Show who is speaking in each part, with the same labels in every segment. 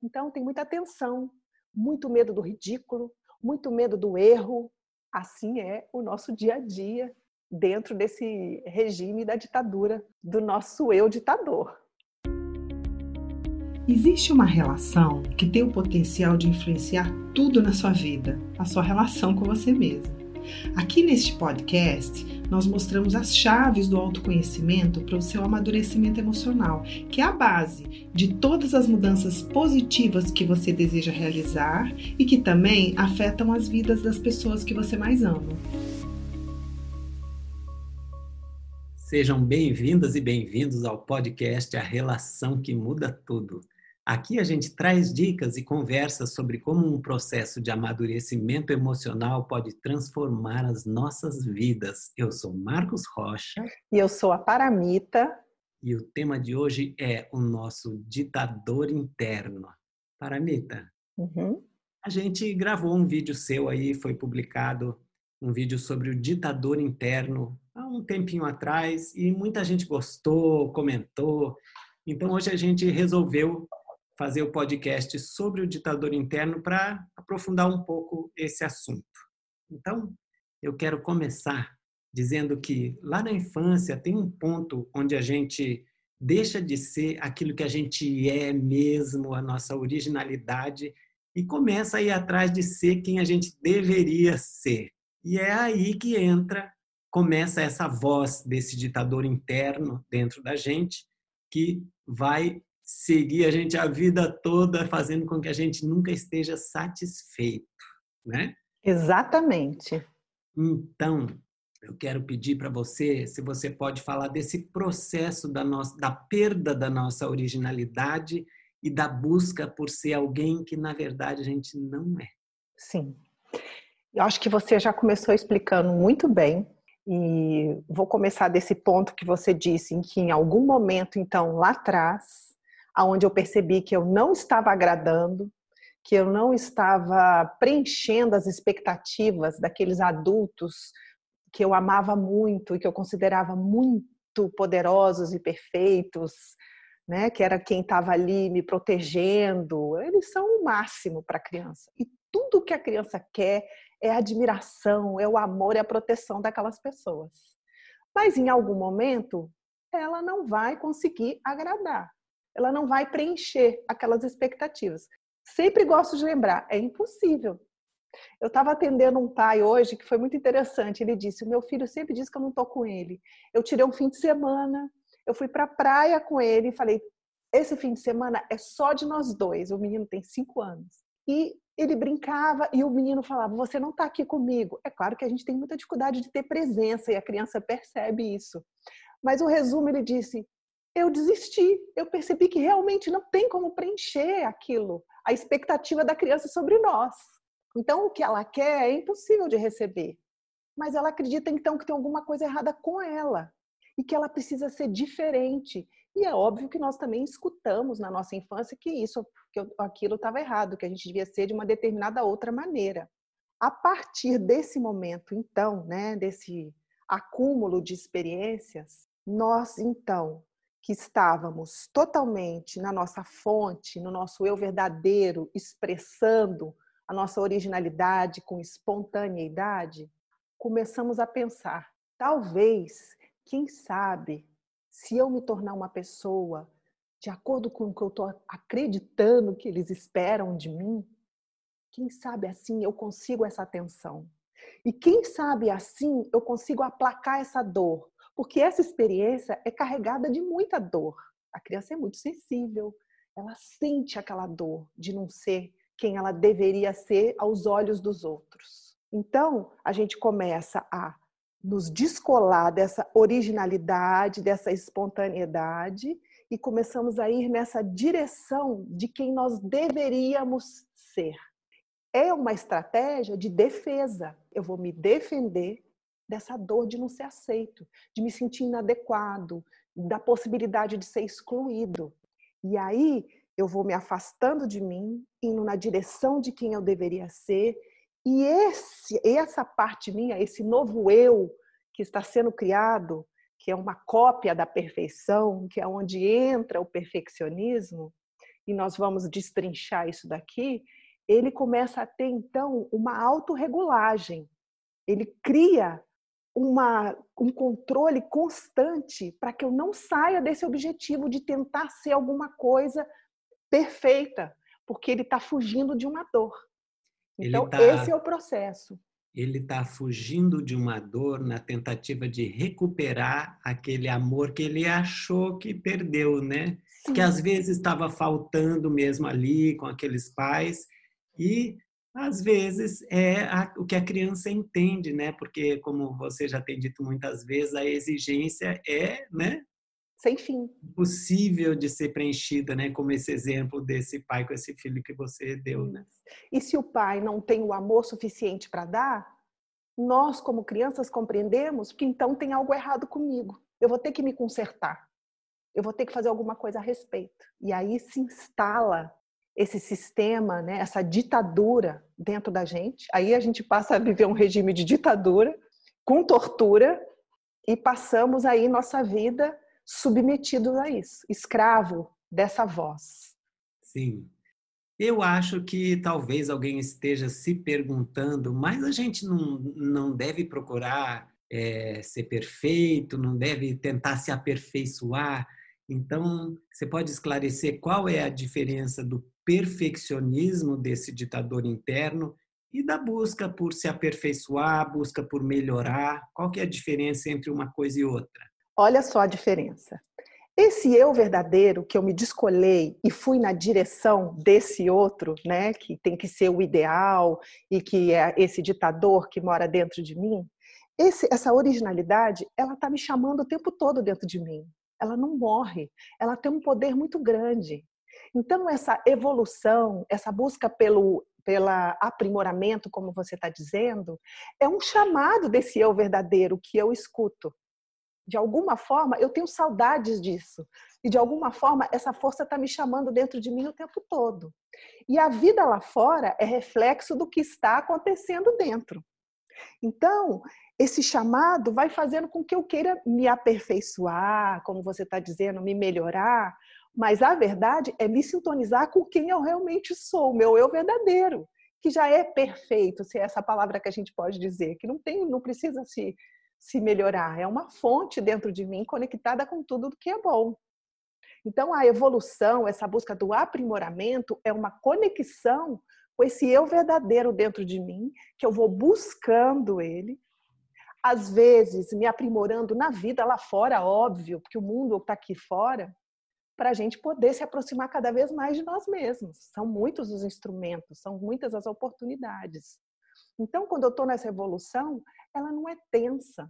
Speaker 1: Então tem muita tensão, muito medo do ridículo, muito medo do erro. Assim é o nosso dia a dia dentro desse regime da ditadura do nosso eu ditador.
Speaker 2: Existe uma relação que tem o potencial de influenciar tudo na sua vida, a sua relação com você mesmo. Aqui neste podcast, nós mostramos as chaves do autoconhecimento para o seu amadurecimento emocional, que é a base de todas as mudanças positivas que você deseja realizar e que também afetam as vidas das pessoas que você mais ama.
Speaker 3: Sejam bem-vindas e bem-vindos ao podcast A Relação que Muda Tudo. Aqui a gente traz dicas e conversas sobre como um processo de amadurecimento emocional pode transformar as nossas vidas. Eu sou Marcos Rocha.
Speaker 1: E eu sou a Paramita.
Speaker 3: E o tema de hoje é o nosso ditador interno. Paramita, A gente gravou um vídeo seu aí, foi publicado um vídeo sobre o ditador interno há um tempinho atrás e muita gente gostou, comentou. Então hoje a gente resolveu fazer o podcast sobre o ditador interno para aprofundar um pouco esse assunto. Então, eu quero começar dizendo que lá na infância tem um ponto onde a gente deixa de ser aquilo que a gente é mesmo, a nossa originalidade, e começa a ir atrás de ser quem a gente deveria ser. E é aí que começa essa voz desse ditador interno dentro da gente, que vai seguir a gente a vida toda, fazendo com que a gente nunca esteja satisfeito, né?
Speaker 1: Exatamente.
Speaker 3: Então, eu quero pedir para você, se você pode falar desse processo da perda da nossa originalidade e da busca por ser alguém que, na verdade, a gente não é.
Speaker 1: Sim. Eu acho que você já começou explicando muito bem. E vou começar desse ponto que você disse, em que em algum momento, então, lá atrás, onde eu percebi que eu não estava agradando, que eu não estava preenchendo as expectativas daqueles adultos que eu amava muito e que eu considerava muito poderosos e perfeitos, né? Que era quem estava ali me protegendo. Eles são o máximo para a criança. E tudo que a criança quer é a admiração, é o amor, é a proteção daquelas pessoas. Mas em algum momento, ela não vai conseguir agradar. Ela não vai preencher aquelas expectativas. Sempre gosto de lembrar, é impossível. Eu estava atendendo um pai hoje que foi muito interessante. Ele disse, o meu filho sempre diz que eu não estou com ele. Eu tirei um fim de semana, eu fui para a praia com ele e falei, esse fim de semana é só de nós dois. O menino tem 5 anos. E ele brincava e o menino falava, você não está aqui comigo. É claro que a gente tem muita dificuldade de ter presença e a criança percebe isso. Mas o resumo, ele disse, eu desisti, eu percebi que realmente não tem como preencher aquilo, a expectativa da criança sobre nós. Então, o que ela quer é impossível de receber. Mas ela acredita, então, que tem alguma coisa errada com ela e que ela precisa ser diferente. E é óbvio que nós também escutamos na nossa infância que aquilo estava errado, que a gente devia ser de uma determinada outra maneira. A partir desse momento, então, né, desse acúmulo de experiências, nós, então, que estávamos totalmente na nossa fonte, no nosso eu verdadeiro, expressando a nossa originalidade com espontaneidade, começamos a pensar, talvez, quem sabe, se eu me tornar uma pessoa de acordo com o que eu estou acreditando que eles esperam de mim, quem sabe assim eu consigo essa atenção. E quem sabe assim eu consigo aplacar essa dor, porque essa experiência é carregada de muita dor. A criança é muito sensível, ela sente aquela dor de não ser quem ela deveria ser aos olhos dos outros. Então, a gente começa a nos descolar dessa originalidade, dessa espontaneidade e começamos a ir nessa direção de quem nós deveríamos ser. É uma estratégia de defesa. Eu vou me defender dessa dor de não ser aceito, de me sentir inadequado, da possibilidade de ser excluído. E aí eu vou me afastando de mim, indo na direção de quem eu deveria ser. E essa parte minha, esse novo eu que está sendo criado, que é uma cópia da perfeição, que é onde entra o perfeccionismo, e nós vamos destrinchar isso daqui, ele começa a ter, então, uma autorregulagem. Ele cria um controle constante para que eu não saia desse objetivo de tentar ser alguma coisa perfeita, porque ele está fugindo de uma dor. Então, esse é o processo.
Speaker 3: Ele está fugindo de uma dor na tentativa de recuperar aquele amor que ele achou que perdeu, né? Sim. Que às vezes estava faltando mesmo ali com aqueles pais e às vezes é o que a criança entende, né? Porque, como você já tem dito muitas vezes, a exigência é, né?
Speaker 1: Sem fim.
Speaker 3: Possível de ser preenchida, né? Como esse exemplo desse pai com esse filho que você deu, né?
Speaker 1: E se o pai não tem o amor suficiente para dar, nós, como crianças, compreendemos que então tem algo errado comigo. Eu vou ter que me consertar. Eu vou ter que fazer alguma coisa a respeito. E aí se instala esse sistema, né, essa ditadura dentro da gente. Aí a gente passa a viver um regime de ditadura, com tortura, e passamos aí nossa vida submetidos a isso, escravo dessa voz.
Speaker 3: Sim. Eu acho que talvez alguém esteja se perguntando, mas a gente não deve procurar ser perfeito, não deve tentar se aperfeiçoar. Então, você pode esclarecer qual é a diferença do perfeccionismo desse ditador interno e da busca por se aperfeiçoar, busca por melhorar? Qual que é a diferença entre uma coisa e outra?
Speaker 1: Olha só a diferença. Esse eu verdadeiro, que eu me descolei e fui na direção desse outro, né, que tem que ser o ideal e que é esse ditador que mora dentro de mim, essa originalidade, ela está me chamando o tempo todo dentro de mim. Ela não morre, ela tem um poder muito grande. Então, essa evolução, essa busca pelo aprimoramento, como você está dizendo, é um chamado desse eu verdadeiro que eu escuto. De alguma forma, eu tenho saudades disso. E, de alguma forma, essa força está me chamando dentro de mim o tempo todo. E a vida lá fora é reflexo do que está acontecendo dentro. Então, esse chamado vai fazendo com que eu queira me aperfeiçoar, como você está dizendo, me melhorar, mas a verdade é me sintonizar com quem eu realmente sou, o meu eu verdadeiro, que já é perfeito, se é essa palavra que a gente pode dizer, que não precisa se melhorar, é uma fonte dentro de mim conectada com tudo que é bom. Então, a evolução, essa busca do aprimoramento é uma conexão com esse eu verdadeiro dentro de mim, que eu vou buscando ele, às vezes me aprimorando na vida lá fora, óbvio, porque o mundo está aqui fora, para a gente poder se aproximar cada vez mais de nós mesmos. São muitos os instrumentos, são muitas as oportunidades. Então, quando eu estou nessa evolução, ela não é tensa.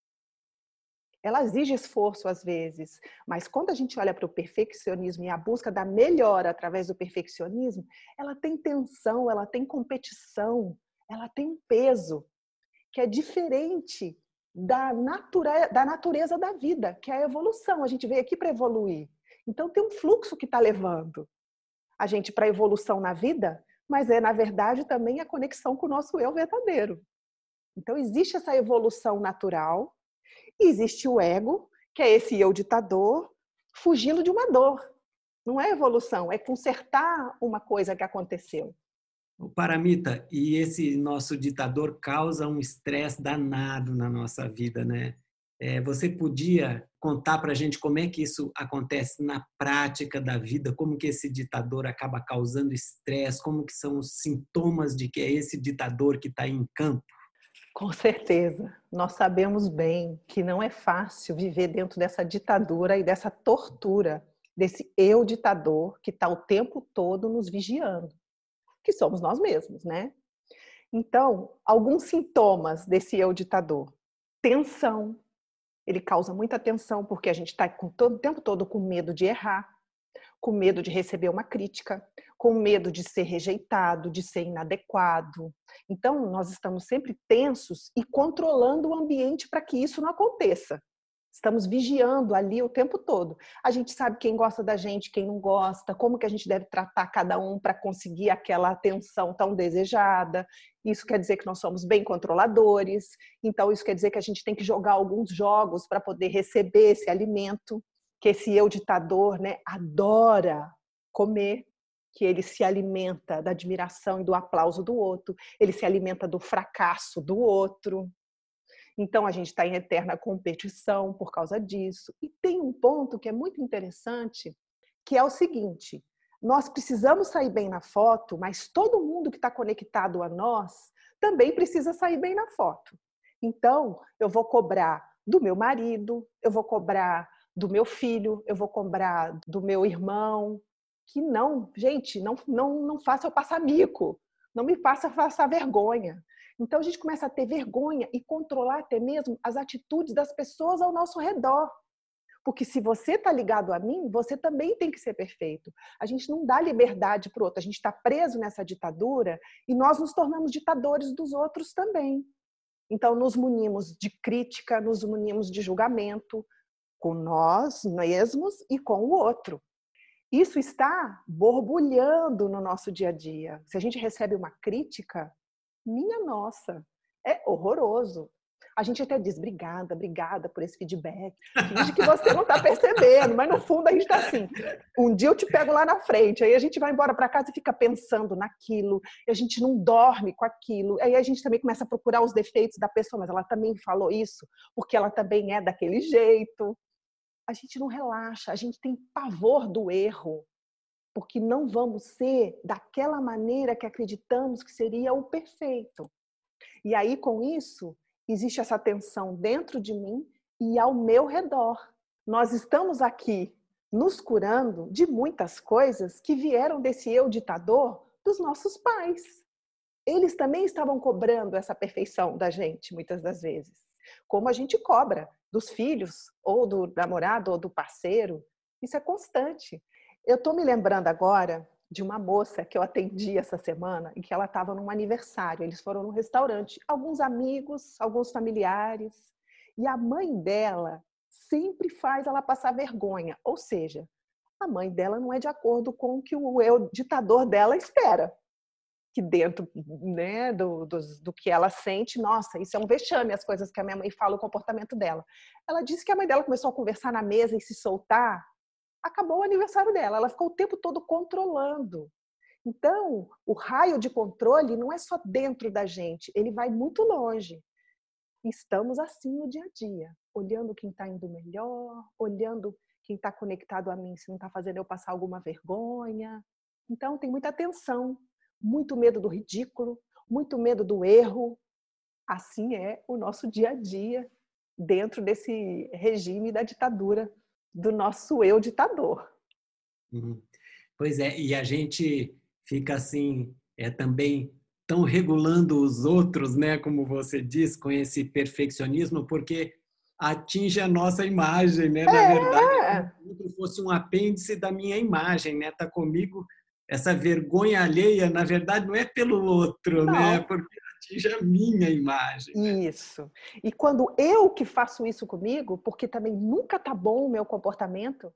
Speaker 1: Ela exige esforço às vezes, mas quando a gente olha para o perfeccionismo e a busca da melhora através do perfeccionismo, ela tem tensão, ela tem competição, ela tem um peso que é diferente da natureza da vida, que é a evolução. A gente veio aqui para evoluir. Então tem um fluxo que está levando a gente para a evolução na vida, mas é, na verdade, também a conexão com o nosso eu verdadeiro. Então existe essa evolução natural, e existe o ego, que é esse eu ditador, fugindo de uma dor. Não é evolução, é consertar uma coisa que aconteceu.
Speaker 3: Paramita, e esse nosso ditador causa um estresse danado na nossa vida, né? Você podia contar para a gente como é que isso acontece na prática da vida, como que esse ditador acaba causando estresse, como que são os sintomas de que é esse ditador que está em campo?
Speaker 1: Com certeza. Nós sabemos bem que não é fácil viver dentro dessa ditadura e dessa tortura, desse eu ditador que está o tempo todo nos vigiando, que somos nós mesmos, né? Então, alguns sintomas desse eu ditador. Tensão. Ele causa muita tensão porque a gente está o tempo todo com medo de errar, com medo de receber uma crítica, com medo de ser rejeitado, de ser inadequado. Então, nós estamos sempre tensos e controlando o ambiente para que isso não aconteça. Estamos vigiando ali o tempo todo. A gente sabe quem gosta da gente, quem não gosta, como que a gente deve tratar cada um para conseguir aquela atenção tão desejada. Isso quer dizer que nós somos bem controladores. Então, isso quer dizer que a gente tem que jogar alguns jogos para poder receber esse alimento, que esse eu ditador, né, adora comer. porque ele se alimenta da admiração e do aplauso do outro, ele se alimenta do fracasso do outro. Então, a gente está em eterna competição por causa disso. E tem um ponto que é muito interessante, que é o seguinte: nós precisamos sair bem na foto, mas todo mundo que está conectado a nós também precisa sair bem na foto. Então, eu vou cobrar do meu marido, eu vou cobrar do meu filho, eu vou cobrar do meu irmão, que não, gente, não faça eu passar mico, não me faça passar vergonha. Então, a gente começa a ter vergonha e controlar até mesmo as atitudes das pessoas ao nosso redor. Porque se você está ligado a mim, você também tem que ser perfeito. A gente não dá liberdade para o outro, a gente está preso nessa ditadura e nós nos tornamos ditadores dos outros também. Então, nos munimos de crítica, nos munimos de julgamento com nós mesmos e com o outro. Isso está borbulhando no nosso dia a dia. Se a gente recebe uma crítica, minha nossa, é horroroso. A gente até diz, obrigada por esse feedback. Finge que você não está percebendo, mas no fundo a gente está assim. Um dia eu te pego lá na frente, aí a gente vai embora para casa e fica pensando naquilo, e a gente não dorme com aquilo. Aí a gente também começa a procurar os defeitos da pessoa, mas ela também falou isso, porque ela também é daquele jeito. A gente não relaxa, a gente tem pavor do erro, porque não vamos ser daquela maneira que acreditamos que seria o perfeito. E aí, com isso, existe essa tensão dentro de mim e ao meu redor. Nós estamos aqui nos curando de muitas coisas que vieram desse eu ditador dos nossos pais. Eles também estavam cobrando essa perfeição da gente, muitas das vezes. Como a gente cobra dos filhos, ou do namorado, ou do parceiro. Isso é constante. Eu estou me lembrando agora de uma moça que eu atendi essa semana e que ela estava num aniversário. Eles foram num restaurante, alguns amigos, alguns familiares. E a mãe dela sempre faz ela passar vergonha. Ou seja, a mãe dela não é de acordo com o que o eu ditador dela espera. Que dentro, né, do que ela sente, nossa, isso é um vexame, as coisas que a minha mãe fala, o comportamento dela. Ela disse que a mãe dela começou a conversar na mesa e se soltar, acabou o aniversário dela, ela ficou o tempo todo controlando. Então, o raio de controle não é só dentro da gente, ele vai muito longe. Estamos assim no dia a dia, olhando quem está indo melhor, olhando quem está conectado a mim, se não está fazendo eu passar alguma vergonha. Então, tem muita tensão. Muito medo do ridículo, muito medo do erro. Assim é o nosso dia a dia dentro desse regime da ditadura do nosso eu ditador.
Speaker 3: Pois é, e a gente fica assim, também tão regulando os outros, né, como você diz, com esse perfeccionismo, porque atinge a nossa imagem, né? Na verdade, é como se fosse um apêndice da minha imagem, né? Tá comigo. Essa vergonha alheia, na verdade, não é pelo outro,
Speaker 1: Não.
Speaker 3: né? Porque atinge a minha imagem. Né?
Speaker 1: Isso. E quando eu que faço isso comigo, porque também nunca tá bom o meu comportamento,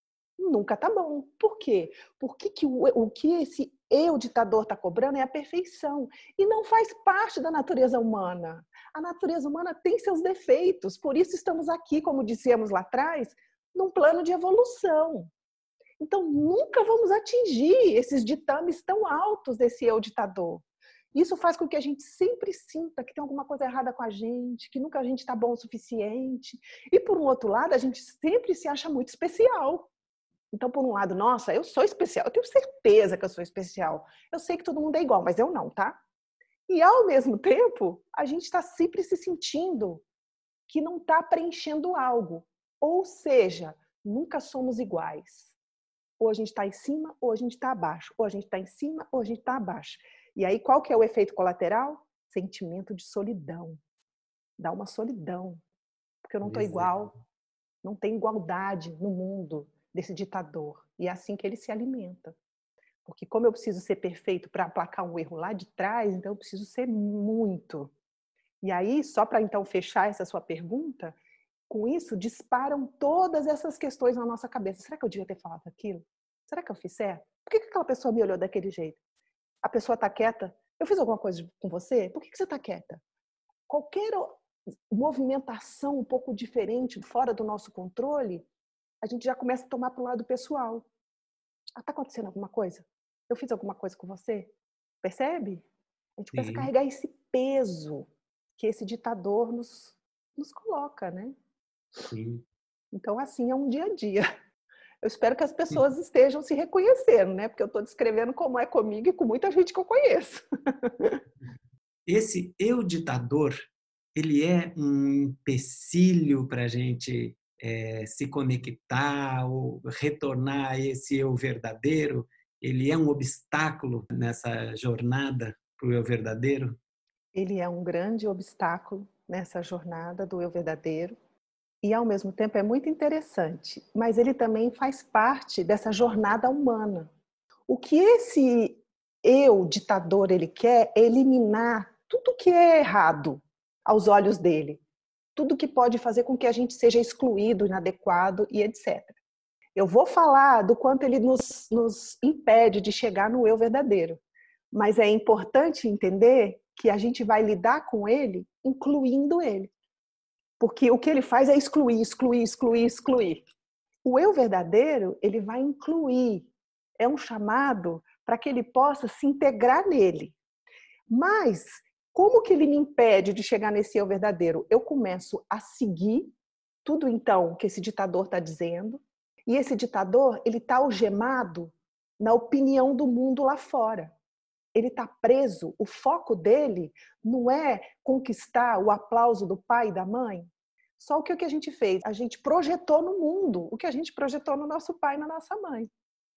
Speaker 1: nunca tá bom. Por quê? Porque o que esse eu ditador está cobrando é a perfeição. E não faz parte da natureza humana. A natureza humana tem seus defeitos. Por isso estamos aqui, como dissemos lá atrás, num plano de evolução. Então, nunca vamos atingir esses ditames tão altos desse eu ditador. Isso faz com que a gente sempre sinta que tem alguma coisa errada com a gente, que nunca a gente está bom o suficiente. E, por um outro lado, a gente sempre se acha muito especial. Então, por um lado, nossa, eu sou especial, eu tenho certeza que eu sou especial. Eu sei que todo mundo é igual, mas eu não, tá? E, ao mesmo tempo, a gente está sempre se sentindo que não está preenchendo algo. Ou seja, nunca somos iguais. Ou a gente está em cima, ou a gente está abaixo. Ou a gente está em cima, ou a gente está abaixo. E aí, qual que é o efeito colateral? Sentimento de solidão. Dá uma solidão. Porque eu não estou igual. Não tem igualdade no mundo desse ditador. E é assim que ele se alimenta. Porque como eu preciso ser perfeito para aplacar um erro lá de trás, então eu preciso ser muito. E aí, só para então fechar essa sua pergunta, com isso disparam todas essas questões na nossa cabeça. Será que eu devia ter falado aquilo? Será que eu fiz certo? Por que aquela pessoa me olhou daquele jeito? A pessoa está quieta? Eu fiz alguma coisa com você? Por que você está quieta? Qualquer movimentação um pouco diferente, fora do nosso controle, a gente já começa a tomar para o lado pessoal. Está acontecendo alguma coisa? Eu fiz alguma coisa com você? Percebe? A gente começa a
Speaker 3: Sim.
Speaker 1: carregar esse peso que esse ditador nos coloca, né?
Speaker 3: Sim.
Speaker 1: Então, assim, é um dia a dia. Eu espero que as pessoas estejam se reconhecendo, né? Porque eu estou descrevendo como é comigo e com muita gente que eu conheço.
Speaker 3: Esse eu ditador, ele é um empecilho para a gente se conectar ou retornar a esse eu verdadeiro? Ele é um obstáculo nessa jornada para o eu verdadeiro?
Speaker 1: Ele é um grande obstáculo nessa jornada do eu verdadeiro e, ao mesmo tempo, é muito interessante, mas ele também faz parte dessa jornada humana. O que esse eu ditador ele quer é eliminar tudo que é errado aos olhos dele, tudo que pode fazer com que a gente seja excluído, inadequado e etc. Eu vou falar do quanto ele nos impede de chegar no eu verdadeiro, mas é importante entender que a gente vai lidar com ele incluindo ele. Porque o que ele faz é excluir, excluir, excluir, excluir. O eu verdadeiro, ele vai incluir. É um chamado para que ele possa se integrar nele. Mas, como que ele me impede de chegar nesse eu verdadeiro? Eu começo a seguir tudo, então, que esse ditador está dizendo. E esse ditador, ele está algemado na opinião do mundo lá fora. Ele está preso, o foco dele não é conquistar o aplauso do pai e da mãe. Só o que a gente fez? A gente projetou no mundo o que a gente projetou no nosso pai e na nossa mãe.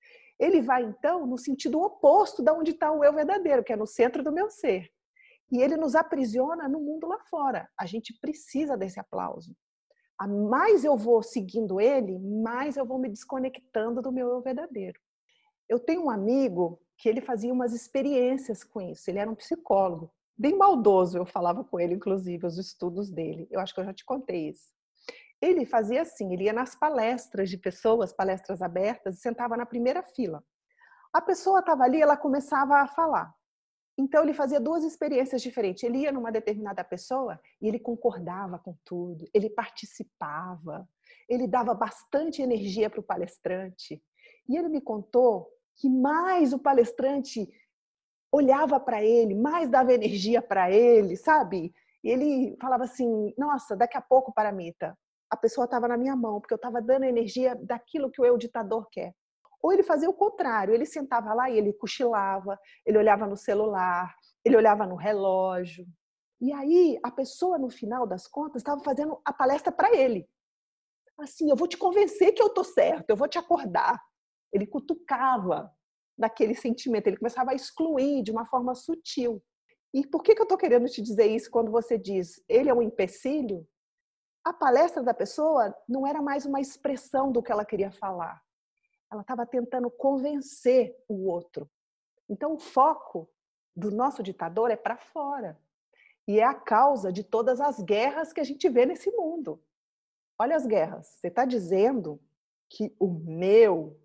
Speaker 1: Ele vai, então, no sentido oposto de onde está o eu verdadeiro, que é no centro do meu ser. E ele nos aprisiona no mundo lá fora. A gente precisa desse aplauso. A mais eu vou seguindo ele, mais eu vou me desconectando do meu eu verdadeiro. Eu tenho um amigo que ele fazia umas experiências com isso. Ele era um psicólogo, bem maldoso, eu falava com ele, inclusive, os estudos dele. Eu acho que eu já te contei isso. Ele fazia assim, ele ia nas palestras de pessoas, palestras abertas, e sentava na primeira fila. A pessoa estava ali, ela começava a falar. Então, ele fazia duas experiências diferentes. Ele ia numa determinada pessoa e ele concordava com tudo, ele participava, ele dava bastante energia para o palestrante. E ele me contou que mais o palestrante olhava para ele, mais dava energia para ele, sabe? E ele falava assim, nossa, daqui a pouco, Paramita, a pessoa estava na minha mão, porque eu estava dando energia daquilo que o eu ditador quer. Ou ele fazia o contrário, ele sentava lá e ele cochilava, ele olhava no celular, ele olhava no relógio. E aí, a pessoa, no final das contas, estava fazendo a palestra para ele. Assim, eu vou te convencer que eu estou certo, eu vou te acordar. Ele cutucava daquele sentimento, ele começava a excluir de uma forma sutil. E por que eu estou querendo te dizer isso quando você diz ele é um empecilho? A palestra da pessoa não era mais uma expressão do que ela queria falar. Ela estava tentando convencer o outro. Então, o foco do nosso ditador é para fora. E é a causa de todas as guerras que a gente vê nesse mundo. Olha as guerras. Você está dizendo que o meu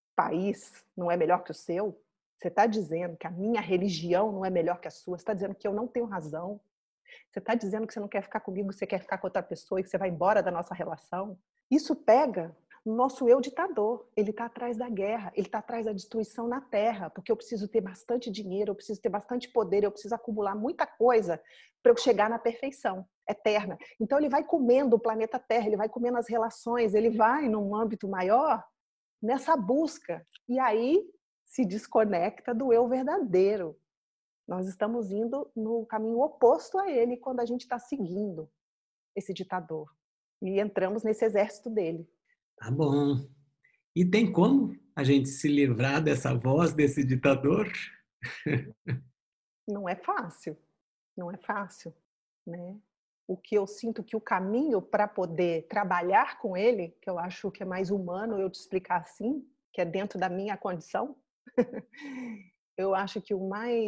Speaker 1: país não é melhor que o seu? Você está dizendo que a minha religião não é melhor que a sua? Você está dizendo que eu não tenho razão? Você está dizendo que você não quer ficar comigo, você quer ficar com outra pessoa e que você vai embora da nossa relação? Isso pega no nosso eu ditador. Ele está atrás da guerra, ele está atrás da destruição na terra, porque eu preciso ter bastante dinheiro, eu preciso ter bastante poder, eu preciso acumular muita coisa para eu chegar na perfeição eterna. Então ele vai comendo o planeta Terra, ele vai comendo as relações, ele vai num âmbito maior nessa busca. E aí se desconecta do eu verdadeiro. Nós estamos indo no caminho oposto a ele quando a gente está seguindo esse ditador. E entramos nesse exército dele.
Speaker 3: Tá bom. E tem como a gente se livrar dessa voz, desse ditador?
Speaker 1: Não é fácil. Não é fácil, né? O que eu sinto que o caminho para poder trabalhar com ele, que eu acho que é mais humano eu te explicar assim, que é dentro da minha condição, eu acho que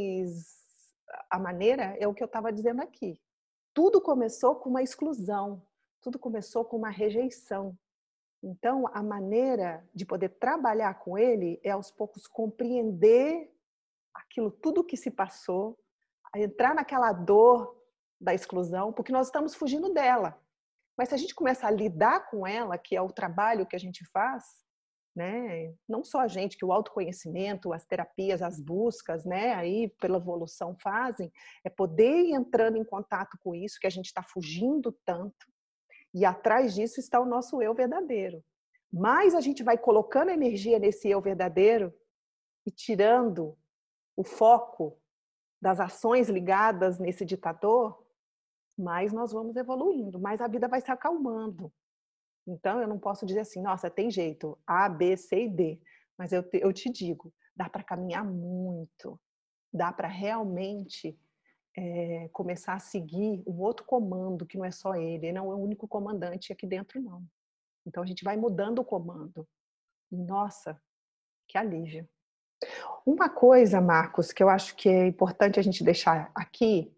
Speaker 1: a maneira é o que eu estava dizendo aqui. Tudo começou com uma exclusão, tudo começou com uma rejeição. Então, a maneira de poder trabalhar com ele é aos poucos compreender aquilo tudo que se passou, entrar naquela dor da exclusão, porque nós estamos fugindo dela. Mas se a gente começar a lidar com ela, que é o trabalho que a gente faz, né? Não só a gente, que o autoconhecimento, as terapias, as buscas, né, aí pela evolução fazem, é poder ir entrando em contato com isso que a gente está fugindo tanto, e atrás disso está o nosso eu verdadeiro. Mas a gente vai colocando energia nesse eu verdadeiro e tirando o foco das ações ligadas nesse ditador, mais nós vamos evoluindo, mais a vida vai se acalmando. Então, eu não posso dizer assim, nossa, tem jeito, A, B, C e D. Mas eu te digo, dá para caminhar muito. Dá para realmente começar a seguir um outro comando, que não é só ele não é o único comandante aqui dentro, não. Então, a gente vai mudando o comando. Nossa, que alívio. Uma coisa, Marcos, que eu acho que é importante a gente deixar aqui,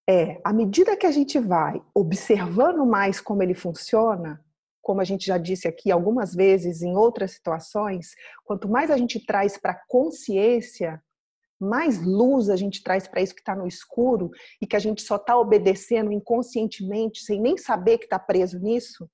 Speaker 1: à medida que a gente vai observando mais como ele funciona, como a gente já disse aqui algumas vezes em outras situações, quanto mais a gente traz para a consciência, mais luz a gente traz para isso que está no escuro e que a gente só está obedecendo inconscientemente, sem nem saber que está preso nisso,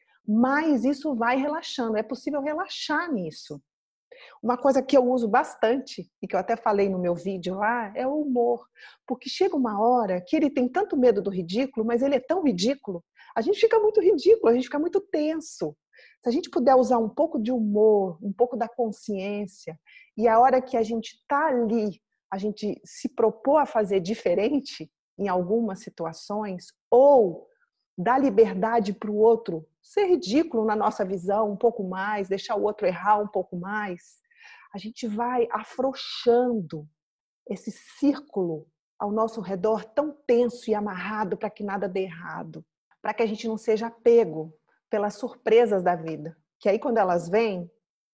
Speaker 1: mais isso vai relaxando. É possível relaxar nisso. Uma coisa que eu uso bastante, e que eu até falei no meu vídeo lá, é o humor. Porque chega uma hora que ele tem tanto medo do ridículo, mas ele é tão ridículo, a gente fica muito ridículo, a gente fica muito tenso. Se a gente puder usar um pouco de humor, um pouco da consciência, e a hora que a gente está ali, a gente se propor a fazer diferente em algumas situações, ou dar liberdade para o outro ser ridículo na nossa visão um pouco mais, deixar o outro errar um pouco mais, a gente vai afrouxando esse círculo ao nosso redor tão tenso e amarrado para que nada dê errado, para que a gente não seja pego pelas surpresas da vida. Que aí quando elas vêm,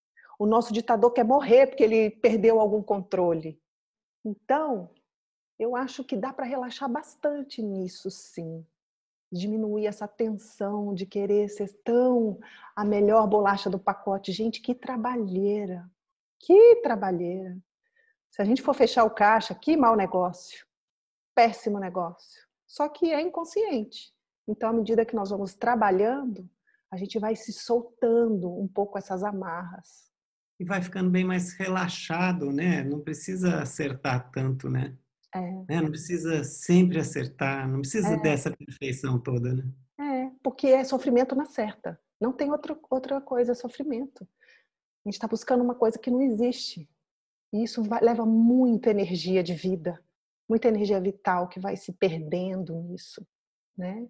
Speaker 1: o nosso ditador quer morrer porque ele perdeu algum controle. Então, eu acho que dá para relaxar bastante nisso, sim. Diminuir essa tensão de querer ser tão a melhor bolacha do pacote. Gente, que trabalheira! Que trabalheira! Se a gente for fechar o caixa, que mau negócio! Péssimo negócio! Só que é inconsciente. Então, à medida que nós vamos trabalhando, a gente vai se soltando um pouco essas amarras.
Speaker 3: E vai ficando bem mais relaxado, né? Não precisa acertar tanto, né? Não precisa sempre acertar, não precisa dessa perfeição toda, né?
Speaker 1: Porque é sofrimento na certa. Não tem outra coisa, é sofrimento. A gente está buscando uma coisa que não existe. E isso leva muita energia de vida, muita energia vital que vai se perdendo nisso, né?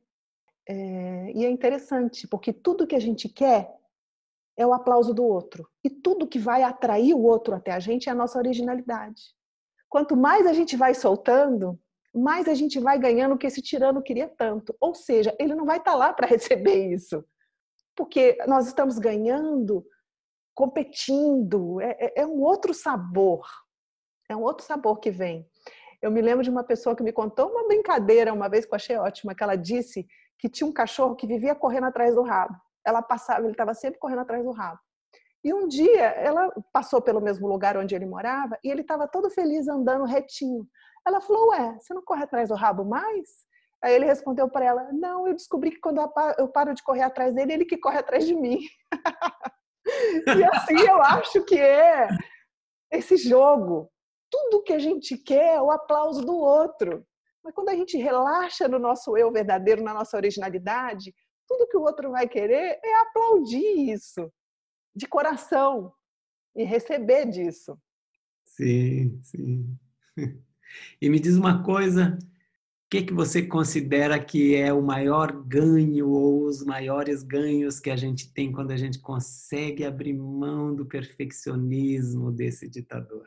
Speaker 1: E é interessante, porque tudo que a gente quer é o aplauso do outro. E tudo que vai atrair o outro até a gente é a nossa originalidade. Quanto mais a gente vai soltando, mais a gente vai ganhando o que esse tirano queria tanto. Ou seja, ele não vai estar lá para receber isso. Porque nós estamos ganhando, competindo. É um outro sabor. É um outro sabor que vem. Eu me lembro de uma pessoa que me contou uma brincadeira uma vez que eu achei ótima, que ela disse que tinha um cachorro que vivia correndo atrás do rabo. Ela passava, ele estava sempre correndo atrás do rabo. E um dia ela passou pelo mesmo lugar onde ele morava e ele estava todo feliz andando retinho. Ela falou, ué, você não corre atrás do rabo mais? Aí ele respondeu para ela, não, eu descobri que quando eu paro de correr atrás dele, ele que corre atrás de mim. E assim eu acho que é esse jogo. Tudo que a gente quer é o aplauso do outro. Mas quando a gente relaxa no nosso eu verdadeiro, na nossa originalidade, tudo que o outro vai querer é aplaudir isso, de coração, e receber disso.
Speaker 3: Sim, sim. E me diz uma coisa, o que você considera que é o maior ganho ou os maiores ganhos que a gente tem quando a gente consegue abrir mão do perfeccionismo desse ditador?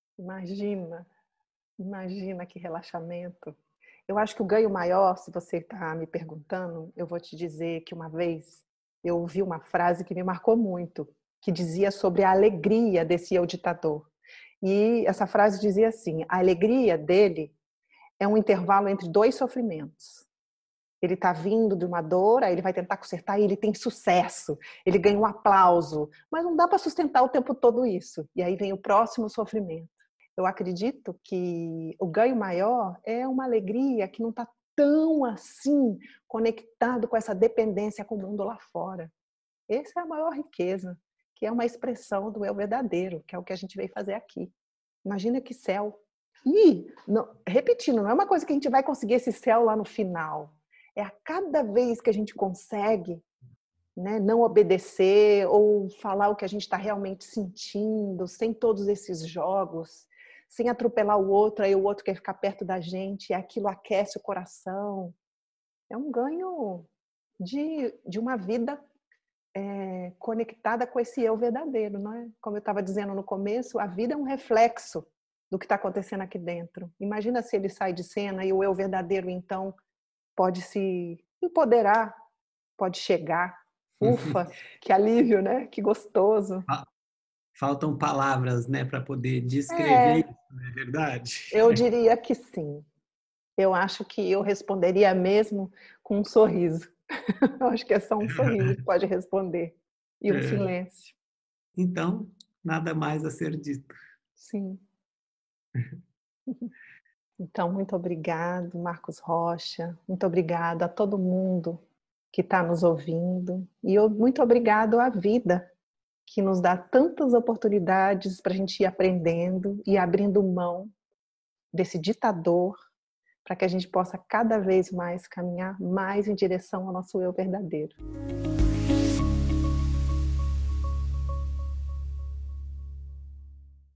Speaker 1: Imagina que relaxamento. Eu acho que o ganho maior, se você está me perguntando, eu vou te dizer que uma vez eu ouvi uma frase que me marcou muito, que dizia sobre a alegria desse eu ditador. E essa frase dizia assim, a alegria dele é um intervalo entre dois sofrimentos. Ele está vindo de uma dor, aí ele vai tentar consertar e ele tem sucesso, ele ganha um aplauso, mas não dá para sustentar o tempo todo isso. E aí vem o próximo sofrimento. Eu acredito que o ganho maior é uma alegria que não está tão assim conectado com essa dependência com o mundo lá fora. Essa é a maior riqueza, que é uma expressão do eu verdadeiro, que é o que a gente veio fazer aqui. Imagina que céu. E, repetindo, não é uma coisa que a gente vai conseguir esse céu lá no final. É a cada vez que a gente consegue, né, não obedecer ou falar o que a gente está realmente sentindo, sem todos esses jogos, sem atropelar o outro, aí o outro quer ficar perto da gente, e aquilo aquece o coração. É um ganho de uma vida conectada com esse eu verdadeiro, não é? Como eu estava dizendo no começo, a vida é um reflexo do que está acontecendo aqui dentro. Imagina se ele sai de cena e o eu verdadeiro, então, pode se empoderar, pode chegar. Ufa, que alívio, né? Que gostoso.
Speaker 3: Faltam palavras, né, para poder descrever isso, não é verdade?
Speaker 1: Eu diria que sim. Eu acho que eu responderia mesmo com um sorriso. Eu acho que é só um sorriso que pode responder. E um silêncio.
Speaker 3: Então, nada mais a ser dito.
Speaker 1: Sim. Então, muito obrigado, Marcos Rocha. Muito obrigado a todo mundo que está nos ouvindo. E muito obrigado à vida, que nos dá tantas oportunidades para a gente ir aprendendo e abrindo mão desse ditador, para que a gente possa cada vez mais caminhar mais em direção ao nosso eu verdadeiro.